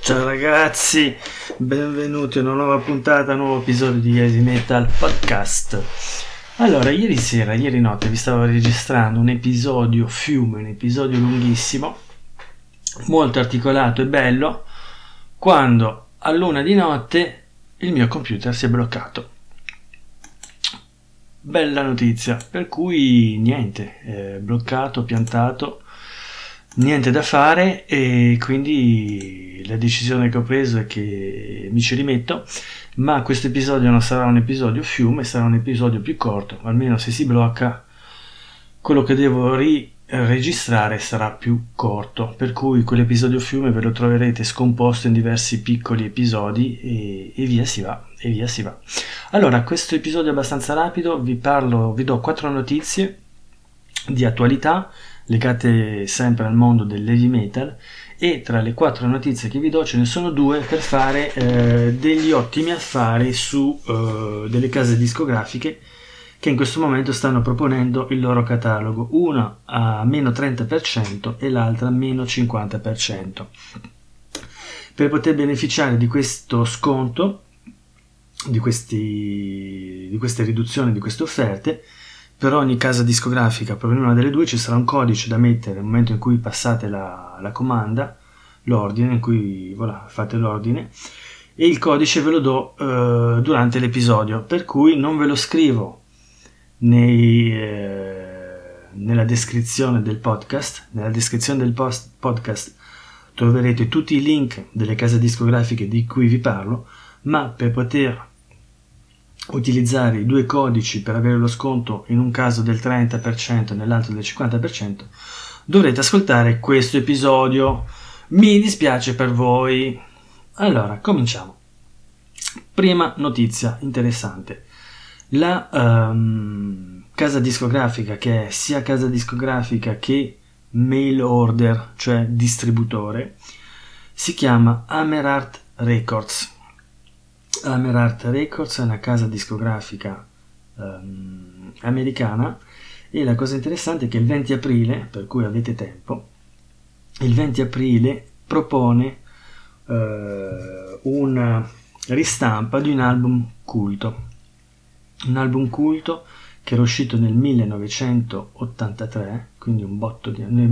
Ciao ragazzi, benvenuti a una nuova puntata, un nuovo episodio di Heavy Metal Podcast. Allora, ieri notte vi stavo registrando un episodio fiume, un episodio lunghissimo, molto articolato e bello, quando all'1 di notte il mio computer si è bloccato. Bella notizia, per cui niente, bloccato, piantato, niente da fare, e quindi la decisione che ho preso è che mi ci rimetto, ma questo episodio non sarà un episodio fiume, sarà un episodio più corto, almeno se si blocca quello che devo registrare sarà più corto, per cui quell'episodio fiume ve lo troverete scomposto in diversi piccoli episodi e via si va. Allora, questo episodio è abbastanza rapido, vi do 4 notizie di attualità legate sempre al mondo dell'heavy metal, e tra le 4 notizie che vi do ce ne sono 2 per fare degli ottimi affari su delle case discografiche che in questo momento stanno proponendo il loro catalogo, una a meno 30% e l'altra a meno 50%. Per poter beneficiare di questo sconto, di queste riduzioni, di queste offerte, per ogni casa discografica, per ognuna delle due, ci sarà un codice da mettere nel momento in cui passate la comanda, l'ordine, in cui fate l'ordine, e il codice ve lo do durante l'episodio, per cui non ve lo scrivo nella descrizione del podcast. Nella descrizione del podcast troverete tutti i link delle case discografiche di cui vi parlo, ma per poter utilizzare i 2 codici per avere lo sconto in un caso del 30% e nell'altro del 50%, dovrete ascoltare questo episodio. Mi dispiace per voi. Allora, cominciamo. Prima notizia interessante. La casa discografica, che è sia casa discografica che mail order, cioè distributore, si chiama Hammerheart Records. Hammerheart Records è una casa discografica americana, e la cosa interessante è che il 20 aprile, per cui avete tempo, il 20 aprile propone una ristampa di un album culto che era uscito nel 1983, quindi nel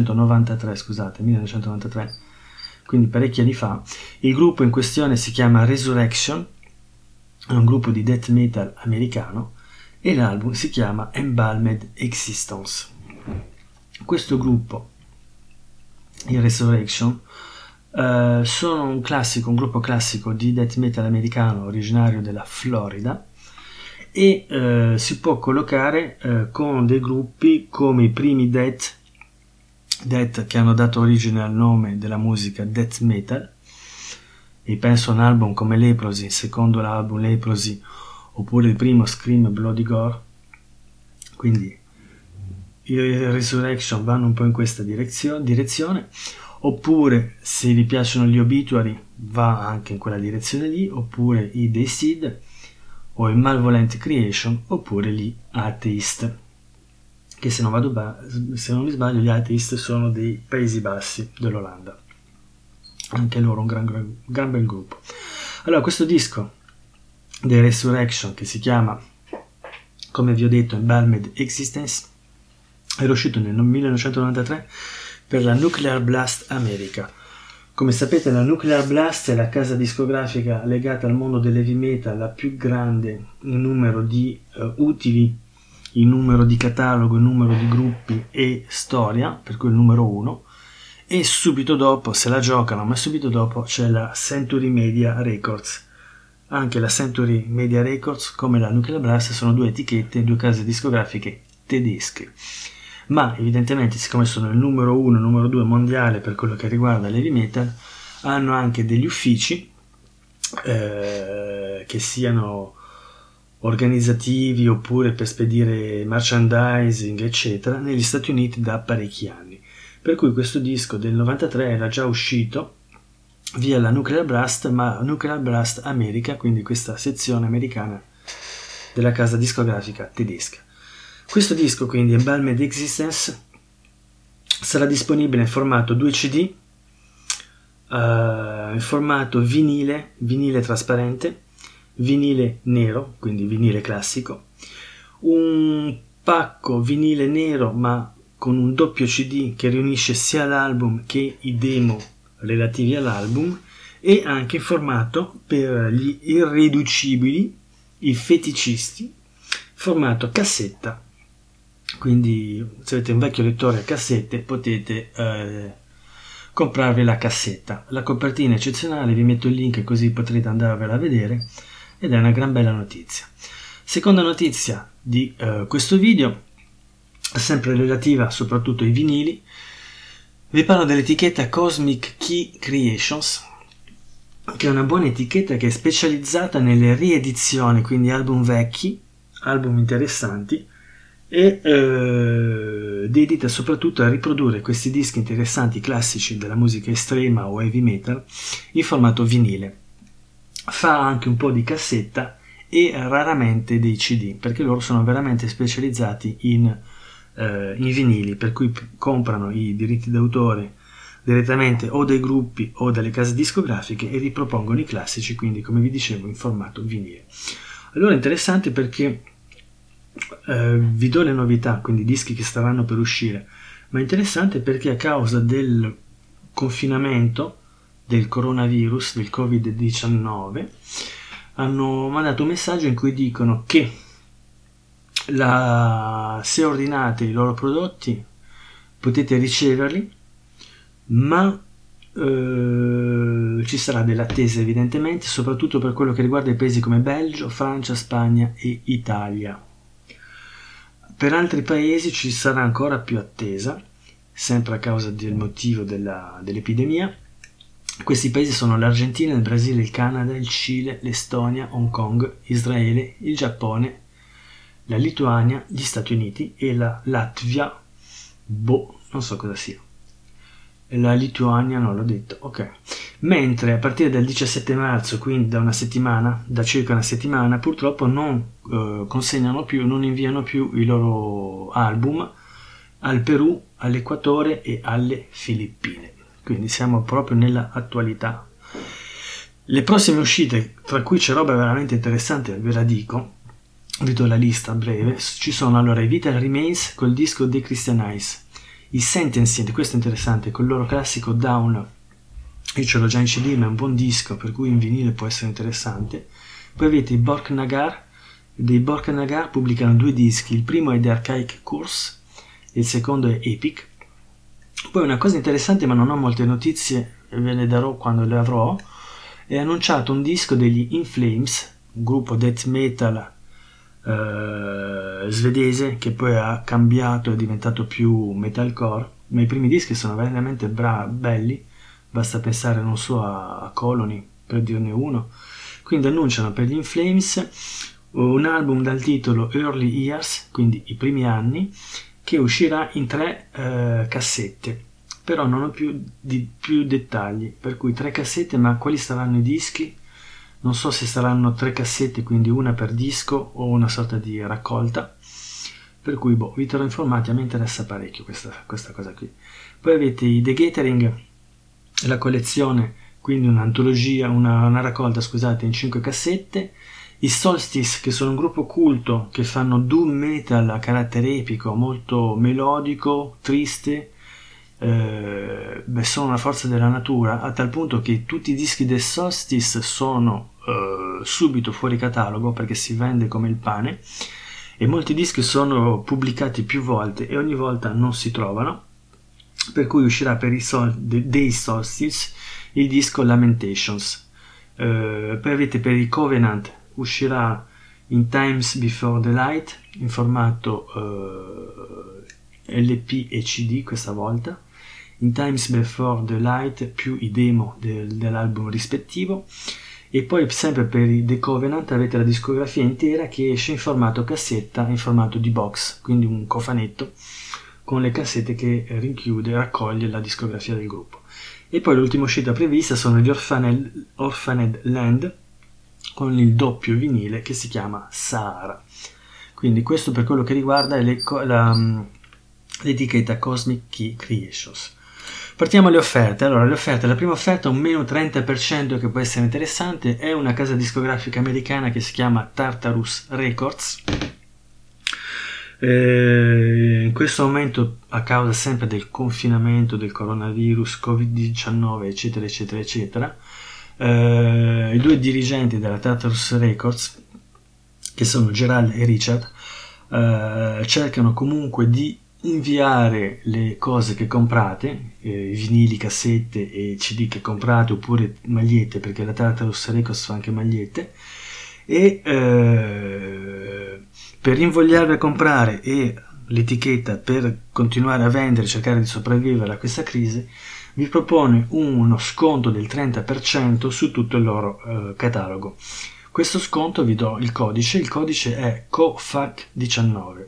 1993, quindi parecchi anni fa. Il gruppo in questione si chiama Resurrection, è un gruppo di death metal americano, e l'album si chiama Embalmed Existence. Questo gruppo, il Resurrection, sono un gruppo classico di death metal americano originario della Florida, e si può collocare con dei gruppi come i primi death che hanno dato origine al nome della musica death metal, e penso a un album come Leprosy, il secondo album Leprosy, oppure il primo Scream Bloody Gore. Quindi i Resurrection vanno un po' in questa direzione, oppure se vi piacciono gli Obituary va anche in quella direzione lì, oppure i The Seed o i Malevolent Creation, oppure gli Atheist, che se non mi sbaglio gli Atheist sono dei Paesi Bassi, dell'Olanda, anche loro un gran bel gruppo. Allora, questo disco The Resurrection, che si chiama, come vi ho detto, Embalmed Existence, era uscito nel 1993 per la Nuclear Blast America. Come sapete, la Nuclear Blast è la casa discografica legata al mondo dell'heavy metal, la più grande in numero di utili, in numero di catalogo, in numero di gruppi e storia, per cui il numero 1. E subito dopo se la giocano, ma subito dopo c'è la Century Media Records. Anche la Century Media Records, come la Nuclear Blast, sono 2 etichette, 2 case discografiche tedesche, ma evidentemente, siccome sono il numero 1 e il numero 2 mondiale per quello che riguarda l'heavy metal, hanno anche degli uffici che siano organizzativi oppure per spedire merchandising eccetera negli Stati Uniti da parecchi anni, per cui questo disco del 93 era già uscito via la Nuclear Blast, ma Nuclear Blast America, quindi questa sezione americana della casa discografica tedesca. Questo disco, quindi Embalmed Existence, sarà disponibile in formato 2 CD in formato vinile trasparente, vinile nero, quindi vinile classico, un pacco vinile nero ma con un doppio CD che riunisce sia l'album che i demo relativi all'album, e anche in formato per gli irriducibili, i feticisti, formato cassetta. Quindi se avete un vecchio lettore a cassette potete comprarvi la cassetta. La copertina è eccezionale, vi metto il link così potrete andarvela a vedere, ed è una gran bella notizia. Seconda notizia di questo video, sempre relativa soprattutto ai vinili, vi parlo dell'etichetta Cosmic Key Creations, che è una buona etichetta che è specializzata nelle riedizioni, quindi album vecchi, album interessanti, e dedita soprattutto a riprodurre questi dischi interessanti classici della musica estrema o heavy metal in formato vinile. Fa anche un po' di cassetta e raramente dei CD, perché loro sono veramente specializzati in vinili, per cui comprano i diritti d'autore direttamente o dai gruppi o dalle case discografiche e ripropongono i classici, quindi come vi dicevo in formato vinile. Allora è interessante perché vi do le novità, quindi dischi che staranno per uscire, ma è interessante perché a causa del confinamento del coronavirus, del Covid-19, hanno mandato un messaggio in cui dicono che se ordinate i loro prodotti potete riceverli, ma ci sarà dell'attesa evidentemente, soprattutto per quello che riguarda i paesi come Belgio, Francia, Spagna e Italia. Per altri paesi ci sarà ancora più attesa, sempre a causa del motivo dell'epidemia. Questi paesi sono l'Argentina, il Brasile, il Canada, il Cile, l'Estonia, Hong Kong, Israele, il Giappone, la Lituania, gli Stati Uniti e la Latvia. Non so cosa sia. La Lituania non l'ho detto, ok. Mentre a partire dal 17 marzo, quindi da circa una settimana, purtroppo non consegnano più, non inviano più i loro album al Perù, all'Equatore e alle Filippine. Quindi siamo proprio nella attualità. Le prossime uscite, tra cui c'è roba veramente interessante, ve la dico, vi do la lista a breve. Ci sono allora i Vital Remains col disco Dechristianize, i Sentencing, questo è interessante, col loro classico Down, io ce l'ho già in CD ma è un buon disco, per cui in vinile può essere interessante. Poi avete i Bork Nagar, dei Bork Nagar pubblicano 2 dischi, il primo è The Archaic Curse e il secondo è Epic. Poi una cosa interessante, ma non ho molte notizie, ve le darò quando le avrò, è annunciato un disco degli In Flames, un gruppo death metal svedese che poi ha cambiato, è diventato più metalcore, ma i primi dischi sono veramente belli, basta pensare non so a Colony per dirne uno. Quindi annunciano per gli In Flames un album dal titolo Early Years, quindi i primi anni, che uscirà in 3 cassette, però non ho più dettagli, per cui 3 cassette, ma quali saranno i dischi? Non so se saranno 3 cassette, quindi una per disco o una sorta di raccolta, per cui vi terrò informati, a me interessa parecchio questa cosa qui. Poi avete i The Gathering, la collezione, quindi un'antologia, una raccolta, scusate, in 5 cassette. I Solstice, che sono un gruppo culto che fanno doom metal a carattere epico, molto melodico, triste, sono una forza della natura, a tal punto che tutti i dischi del Solstice sono subito fuori catalogo perché si vende come il pane, e molti dischi sono pubblicati più volte e ogni volta non si trovano, per cui uscirà per dei Solstice il disco Lamentations. Poi avete per i Covenant, uscirà In Times Before the Light in formato LP e CD questa volta, In Times Before the Light più i demo dell'album rispettivo. E poi sempre per i The Covenant avete la discografia intera che esce in formato cassetta, in formato di box, quindi un cofanetto con le cassette che raccoglie la discografia del gruppo. E poi l'ultima uscita prevista sono gli Orphaned Land con il doppio vinile che si chiama Sahara. Quindi questo per quello che riguarda l'etichetta Cosmic Key Creations. Partiamo alle offerte. Allora, le offerte, la prima offerta, un meno 30% che può essere interessante, è una casa discografica americana che si chiama Tartarus Records. In questo momento, a causa sempre del confinamento, del coronavirus, Covid-19, eccetera, eccetera, eccetera, i due dirigenti della Tartarus Records, che sono Gerald e Richard, cercano comunque di inviare le cose che comprate, i vinili, cassette e CD che comprate, oppure magliette, perché la Tartarus Records fa anche magliette, e per invogliarvi a comprare e l'etichetta per continuare a vendere, cercare di sopravvivere a questa crisi, vi propone uno sconto del 30% su tutto il loro catalogo. Questo sconto, vi do il codice è COFAC19,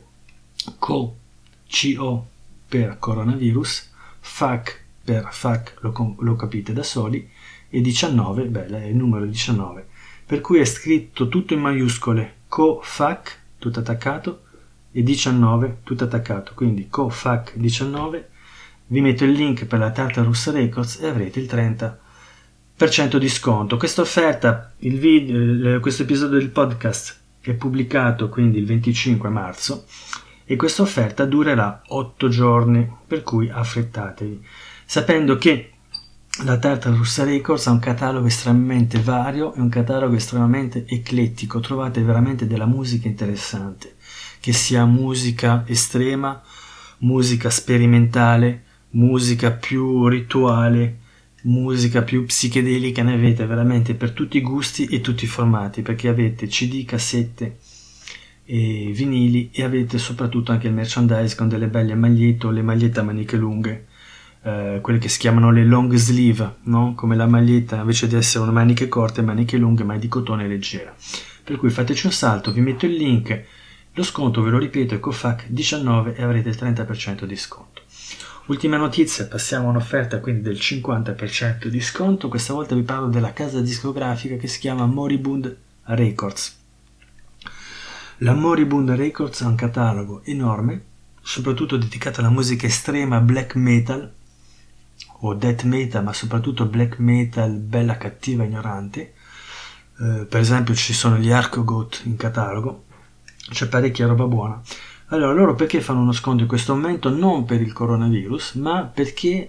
CO per coronavirus, FAC per FAC, lo capite da soli, e 19, è il numero 19, per cui è scritto tutto in maiuscole, COFAC, tutto attaccato, e 19, tutto attaccato, quindi COFAC19, vi metto il link per la Tartarus Records e avrete il 30% di sconto. Questa offerta, questo episodio del podcast è pubblicato quindi il 25 marzo e questa offerta durerà 8 giorni, per cui affrettatevi, sapendo che la Tartarus Records ha un catalogo estremamente vario e un catalogo estremamente eclettico. Trovate veramente della musica interessante, che sia musica estrema, musica sperimentale, musica più rituale, musica più psichedelica, ne avete veramente per tutti i gusti e tutti i formati, perché avete CD, cassette e vinili, e avete soprattutto anche il merchandise con delle belle magliette o le magliette a maniche lunghe, quelle che si chiamano le long sleeve, no? Come la maglietta, invece di essere una maniche corte, maniche lunghe, ma è di cotone leggera. Per cui fateci un salto, vi metto il link, lo sconto, ve lo ripeto, è COFAC 19 e avrete il 30% di sconto. Ultima notizia, passiamo a un'offerta quindi del 50% di sconto. Questa volta vi parlo della casa discografica che si chiama Moribund Records. La Moribund Records ha un catalogo enorme, soprattutto dedicato alla musica estrema, black metal o death metal, ma soprattutto black metal bella, cattiva, ignorante. Per esempio ci sono gli Arcogoat in catalogo, c'è parecchia roba buona. Allora, loro perché fanno uno sconto in questo momento? Non per il coronavirus, ma perché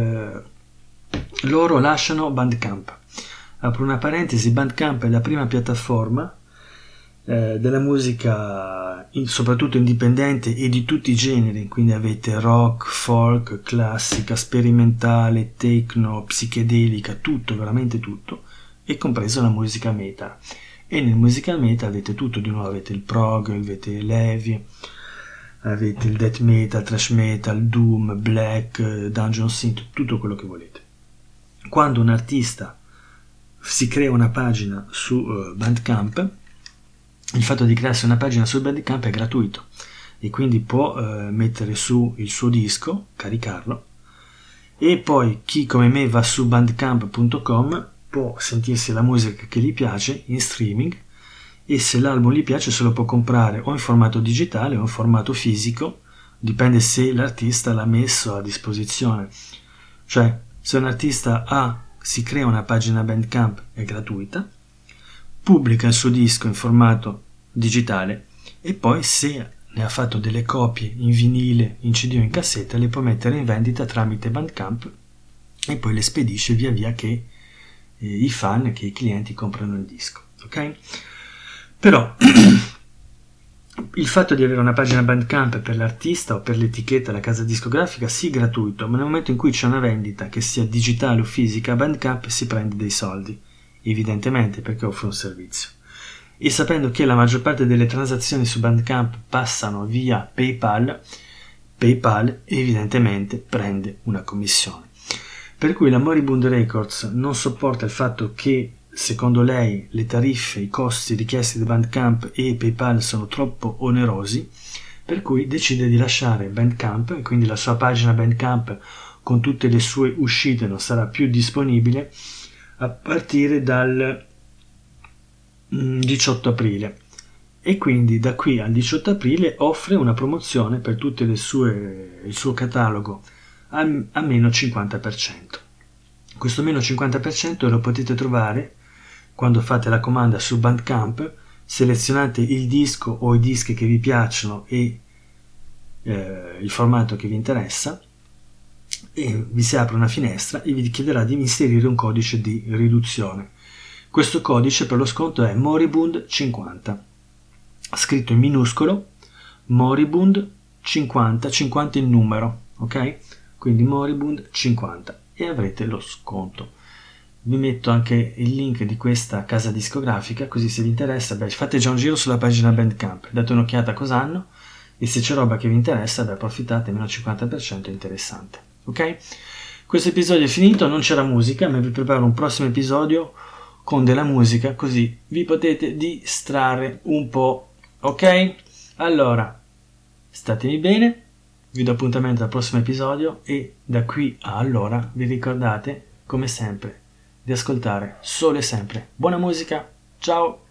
loro lasciano Bandcamp. Apro una parentesi, Bandcamp è la prima piattaforma della musica soprattutto indipendente e di tutti i generi, quindi avete rock, folk, classica, sperimentale, techno, psichedelica, tutto, veramente tutto, e compreso la musica metal. E nel musica metal avete tutto di nuovo, avete il prog, avete l'heavy, avete il death metal, thrash metal, doom, black, dungeon synth, tutto quello che volete. Quando un artista si crea una pagina su Bandcamp, il fatto di crearsi una pagina su Bandcamp è gratuito e quindi può mettere su il suo disco, caricarlo, e poi chi come me va su bandcamp.com può sentirsi la musica che gli piace in streaming, e se l'album gli piace se lo può comprare o in formato digitale o in formato fisico, dipende se l'artista l'ha messo a disposizione. Cioè, se un artista si crea una pagina Bandcamp, è gratuita, pubblica il suo disco in formato digitale e poi se ne ha fatto delle copie in vinile, in CD o in cassetta, le può mettere in vendita tramite Bandcamp e poi le spedisce via via che i fan, che i clienti comprano il disco, ok? Però il fatto di avere una pagina Bandcamp per l'artista o per l'etichetta, la casa discografica, sì, gratuito, ma nel momento in cui c'è una vendita, che sia digitale o fisica, Bandcamp si prende dei soldi, evidentemente, perché offre un servizio. E sapendo che la maggior parte delle transazioni su Bandcamp passano via PayPal evidentemente prende una commissione. Per cui la Moribund Records non sopporta il fatto che, secondo lei, le tariffe, i costi richiesti da Bandcamp e PayPal sono troppo onerosi, per cui decide di lasciare Bandcamp e quindi la sua pagina Bandcamp con tutte le sue uscite non sarà più disponibile a partire dal 18 aprile, e quindi da qui al 18 aprile offre una promozione per tutte il suo catalogo a meno 50%. Questo meno 50% lo potete trovare quando fate la comanda su Bandcamp, selezionate il disco o i dischi che vi piacciono e il formato che vi interessa, e vi si apre una finestra e vi chiederà di inserire un codice di riduzione. Questo codice per lo sconto è Moribund 50, scritto in minuscolo, Moribund 50, 50 in numero, ok? Quindi Moribund 50 e avrete lo sconto. Vi metto anche il link di questa casa discografica, così se vi interessa, fate già un giro sulla pagina Bandcamp, date un'occhiata a cosa hanno e se c'è roba che vi interessa, approfittate, meno 50% è interessante, ok? Questo episodio è finito, non c'era musica, ma vi preparo un prossimo episodio con della musica, così vi potete distrarre un po', ok? Allora, statemi bene, vi do appuntamento al prossimo episodio e da qui a allora vi ricordate, come sempre, di ascoltare solo e sempre buona musica. Ciao!